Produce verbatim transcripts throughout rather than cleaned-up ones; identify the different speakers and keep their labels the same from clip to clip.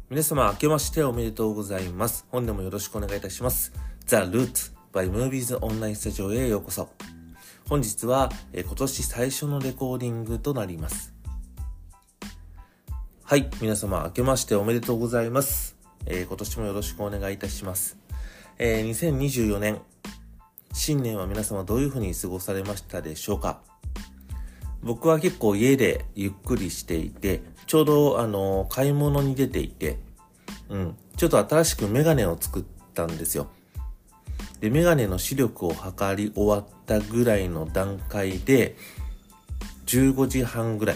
Speaker 1: 皆様明けましておめでとうございます。本年もよろしくお願いいたします。The Root by Movies オンラインスタジオへようこそ。本日は、えー、今年最初のレコーディングとなります。はい、皆様明けましておめでとうございます。えー、今年もよろしくお願いいたします。えー、にせんにじゅうよねん新年は皆様どういうふうに過ごされましたでしょうか。僕は結構家でゆっくりしていて、ちょうどあの買い物に出ていて、うん、ちょっと新しくメガネを作ったんですよ。で、メガネの視力を測り終わったぐらいの段階で、じゅうごじはんぐらい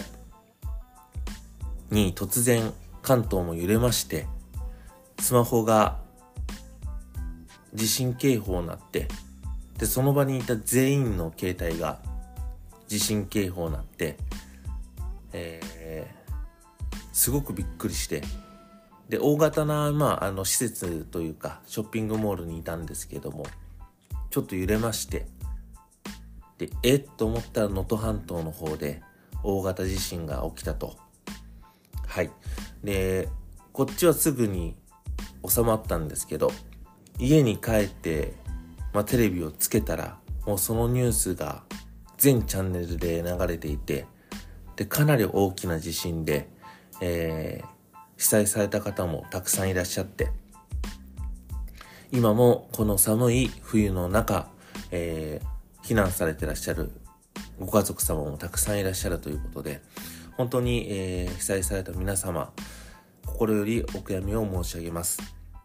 Speaker 1: に突然関東も揺れまして、スマホが地震警報になって、で、その場にいた全員の携帯が地震警報になって、えー、すごくびっくりして、で、大型な、まあ、あの、施設というか、ショッピングモールにいたんですけども、ちょっと揺れまして、で、えっと思ったら能登半島の方で大型地震が起きたと。はい。で、こっちはすぐに収まったんですけど、家に帰って、まあ、テレビをつけたら、もうそのニュースが全チャンネルで流れていて、で、かなり大きな地震で、えー、被災された方もたくさんいらっしゃって、今もこの寒い冬の中、えー、避難されてらっしゃるご家族様もたくさんいらっしゃるということで、本当に、えー、被災された皆様、心よりお悔やみを申し上げます。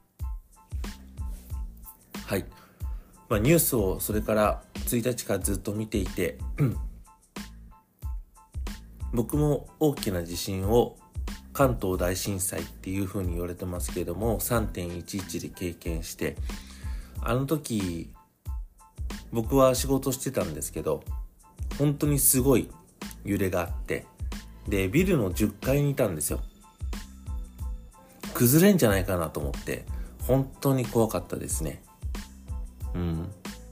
Speaker 1: はい。まあ、ニュースをそれからついたちからずっと見ていて、僕も大きな地震を関東大震災っていう風に言われてますけれども さんてんいちいち で経験して、あの時僕は仕事してたんですけど、本当にすごい揺れがあって、でビルのじゅっかいにいたんですよ。崩れんじゃないかなと思って本当に怖かったですね。うん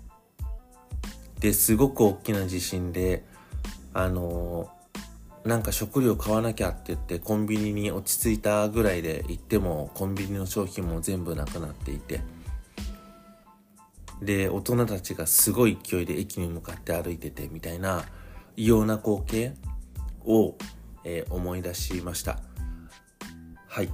Speaker 1: ですごく大きな地震で、あのーなんか食料買わなきゃって言ってコンビニに落ち着いたぐらいで行ってもコンビニの商品も全部なくなっていて、で大人たちがすごい勢いで駅に向かって歩いててみたいな異様な光景を、えー、思い出しました。はい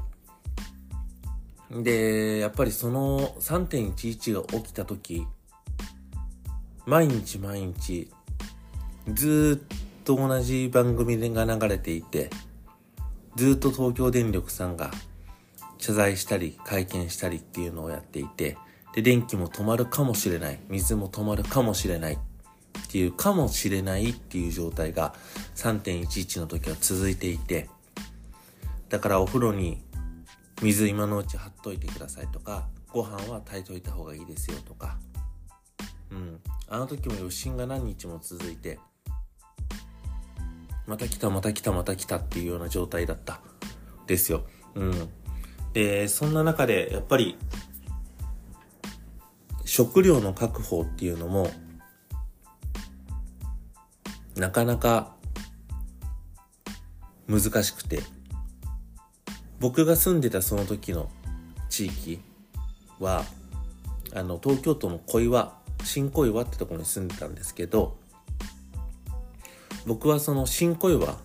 Speaker 1: でやっぱりその さんてんいちいち が起きた時、毎日毎日ずーっとと同じ番組が流れていて、ずっと東京電力さんが謝罪したり会見したりっていうのをやっていて、で電気も止まるかもしれない、水も止まるかもしれないっていうかもしれないっていう状態が さんてんいちいち の時は続いていて、だからお風呂に水今のうち張っといてくださいとか、ご飯は炊いといた方がいいですよとか、うんあの時も余震が何日も続いて、また来たまた来たまた来たっていうような状態だったですよ。うん。で、そんな中でやっぱり食料の確保っていうのもなかなか難しくて、僕が住んでたその時の地域はあの東京都の小岩、新小岩ってところに住んでたんですけど、僕はその新小岩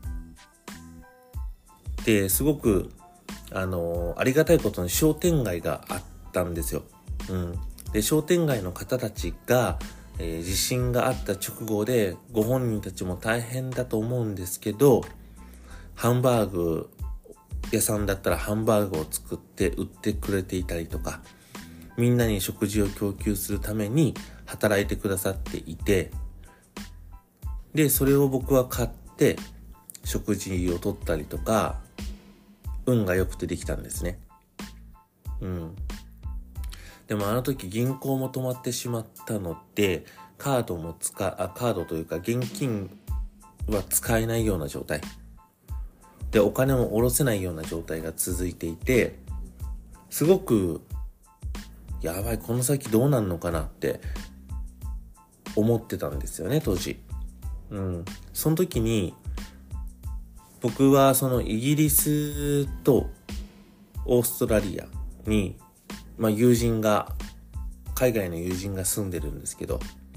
Speaker 1: ってすごくあのありがたいことに商店街があったんですよ。うん、で商店街の方たちが、えー、地震があった直後でご本人たちも大変だと思うんですけど、ハンバーグ屋さんだったらハンバーグを作って売ってくれていたりとか、みんなに食事を供給するために働いてくださっていて、でそれを僕は買って食事をとったりとか、運が良くてできたんですね。うんでもあの時銀行も止まってしまったので、カードも使あカードというか現金は使えないような状態で、お金も下ろせないような状態が続いていて、すごくやばい、この先どうなんのかなって思ってたんですよね、当時。うん、その時に僕はそのイギリスとオーストラリアに、まあ、友人が海外の友人が住んでるんですけど、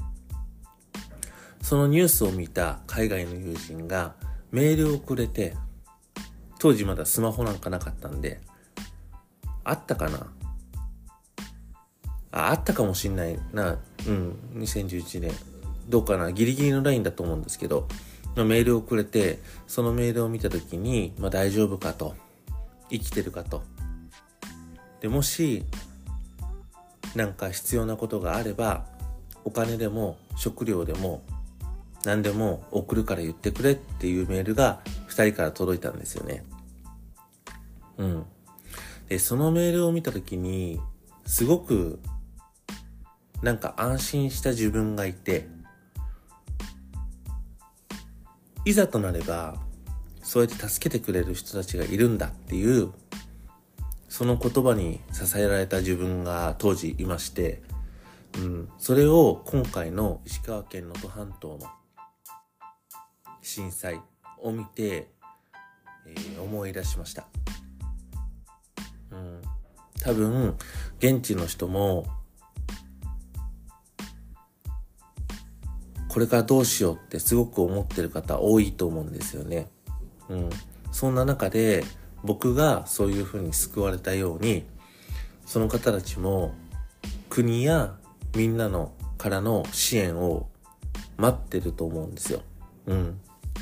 Speaker 1: そのニュースを見た海外の友人がメールをくれて、当時まだスマホなんかなかったんで、あったかなあ、あったかもしんないな。うん、にせんじゅういちねん。どうかな、ギリギリのラインだと思うんですけど、メールをくれて、そのメールを見たときに、まあ大丈夫かと。生きてるかと。で、もし、なんか必要なことがあれば、お金でも食料でも何でも送るから言ってくれっていうメールがふたりから届いたんですよね。うん。で、そのメールを見たときに、すごくなんか安心した自分がいて、いざとなればそうやって助けてくれる人たちがいるんだっていう、その言葉に支えられた自分が当時いまして、うん、それを今回の石川県能登半島の震災を見て、えー、思い出しました。うん、多分現地の人もこれからどうしようってすごく思ってる方多いと思うんですよね。うん、そんな中で僕がそういうふうに救われたように、その方たちも国やみんなのからの支援を待ってると思うんですよ。うん。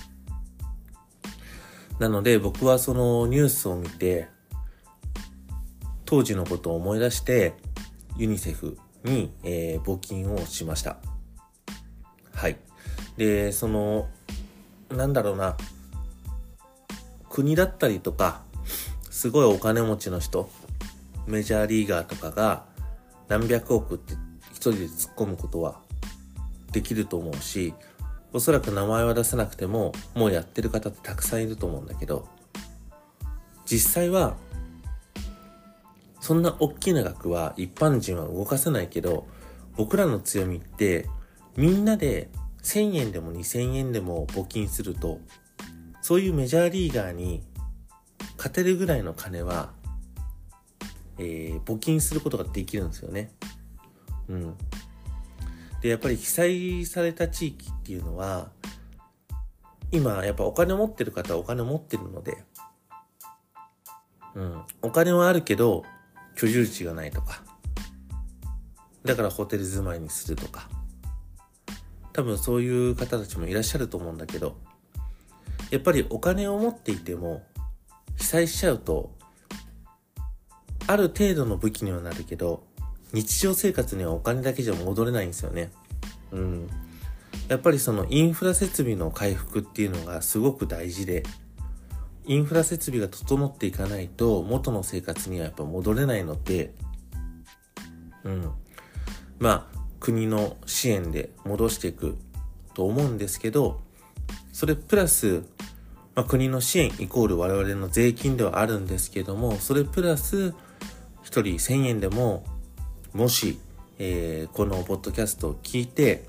Speaker 1: なので僕はそのニュースを見て、当時のことを思い出してユニセフに、えー、募金をしました。はい。で、そのなんだろうな、国だったりとかすごいお金持ちの人、メジャーリーガーとかが何百億って一人で突っ込むことはできると思うし、おそらく名前は出せなくてももうやってる方ってたくさんいると思うんだけど、実際はそんな大きな額は一般人は動かせないけど、僕らの強みってみんなでせんえんでもにせんえんでも募金すると、そういうメジャーリーガーに勝てるぐらいの金は、えー、募金することができるんですよね。うん。で、やっぱり被災された地域っていうのは、今やっぱお金を持ってる方はお金を持ってるので、うん、お金はあるけど居住地がないとか、だからホテル住まいにするとか、多分そういう方たちもいらっしゃると思うんだけど、やっぱりお金を持っていても被災しちゃうと、ある程度の武器にはなるけど、日常生活にはお金だけじゃ戻れないんですよね。うん。やっぱりそのインフラ設備の回復っていうのがすごく大事で、インフラ設備が整っていかないと元の生活にはやっぱ戻れないので、うん。まあ、国の支援で戻していくと思うんですけど、それプラス、まあ、国の支援イコール我々の税金ではあるんですけども、それプラス一人せんえんでも、もし、えー、このポッドキャストを聞いて、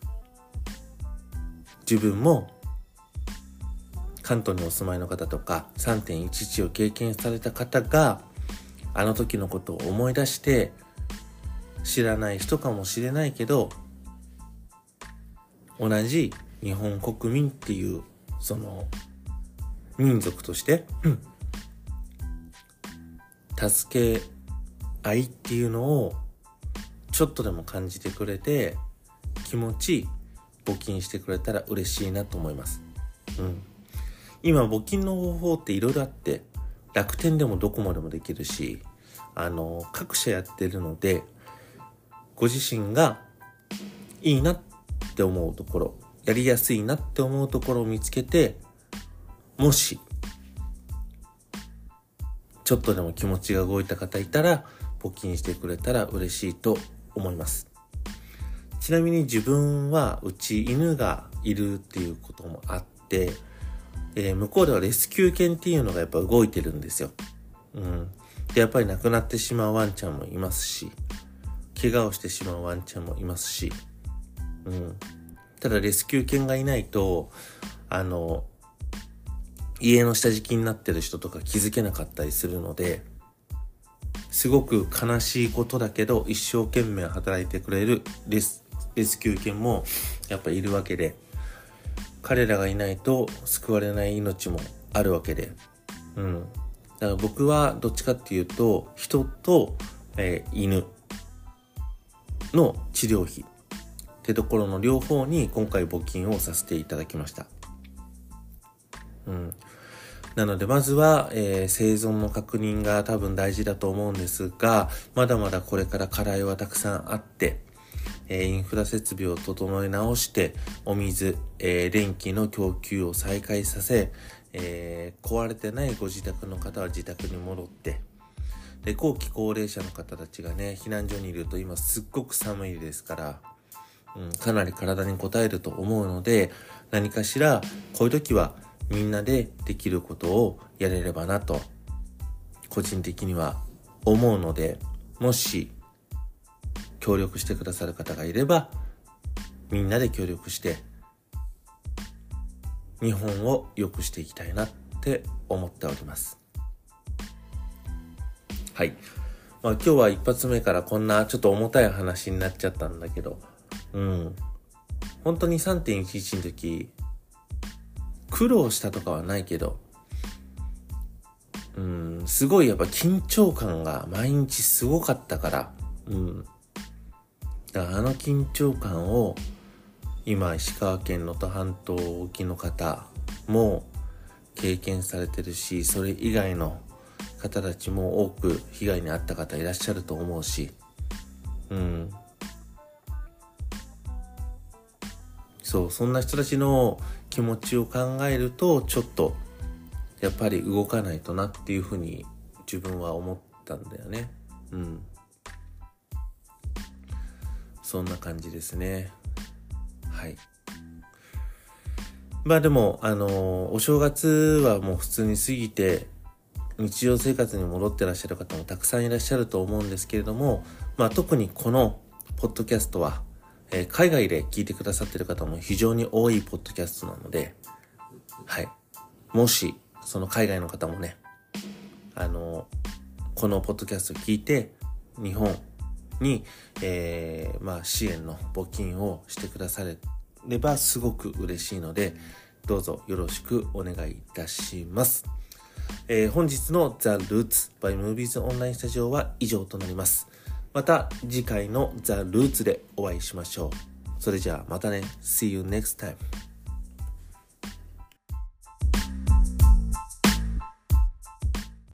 Speaker 1: 自分も関東にお住まいの方とか さんてんいちいち を経験された方が、あの時のことを思い出して、知らない人かもしれないけど、同じ日本国民っていうその民族として、うん、助け合いっていうのをちょっとでも感じてくれて、気持ち募金してくれたら嬉しいなと思います。うん。今募金の方法っていろいろあって、楽天でもドコモでもできるし、あの各社やってるので、ご自身がいいなって思うところ、やりやすいなって思うところを見つけて、もしちょっとでも気持ちが動いた方いたら募金してくれたら嬉しいと思います。ちなみに自分はうち犬がいるっていうこともあって、えー、向こうではレスキュー犬っていうのがやっぱ動いてるんですよ。うん。で、やっぱり亡くなってしまうワンちゃんもいますし、怪我をしてしまうワンちゃんもいますし、うん。ただレスキュー犬がいないと、あの、家の下敷きになってる人とか気づけなかったりするので、 すごく悲しいことだけど一生懸命働いてくれるレス、レスキュー犬もやっぱいるわけで、彼らがいないと救われない命もあるわけで、うん。だから僕はどっちかっていうと、人と、えー、犬の治療費ってところの両方に今回募金をさせていただきました。うん。なのでまずは、えー、生存の確認が多分大事だと思うんですが、まだまだこれから課題はたくさんあって、えー、インフラ設備を整え直して、お水、えー、電気の供給を再開させ、えー、壊れてないご自宅の方は自宅に戻って、で、後期高齢者の方たちがね、避難所にいると今すっごく寒いですから、うん、かなり体に応えると思うので、何かしらこういう時はみんなでできることをやれればなと個人的には思うので、もし協力してくださる方がいればみんなで協力して日本を良くしていきたいなって思っております。はい、まあ、今日は一発目からこんなちょっと重たい話になっちゃったんだけど、うん本当に さんてんいちいち の時苦労したとかはないけど、うん、すごいやっぱ緊張感が毎日すごかったから、うん、だからあの緊張感を今石川県能登半島沖の方も経験されてるし、それ以外の方たちも多く被害に遭った方いらっしゃると思うし、うん、そうそんな人たちの気持ちを考えるとちょっとやっぱり動かないとなっていうふうに自分は思ったんだよね。うん。そんな感じですね。はい。まあでもあのー、お正月はもう普通に過ぎて日常生活に戻ってらっしゃる方もたくさんいらっしゃると思うんですけれども、まあ特にこのポッドキャストは、えー、海外で聞いてくださってる方も非常に多いポッドキャストなので、はい。もしその海外の方もね、あのこのポッドキャストを聞いて日本に、えー、まあ支援の募金をしてくださればすごく嬉しいので、どうぞよろしくお願いいたします。えー、本日の The Roots by Movies オンラインスタジオは以上となります。また次回の The Roots でお会いしましょう。それじゃあまたね。See you next time.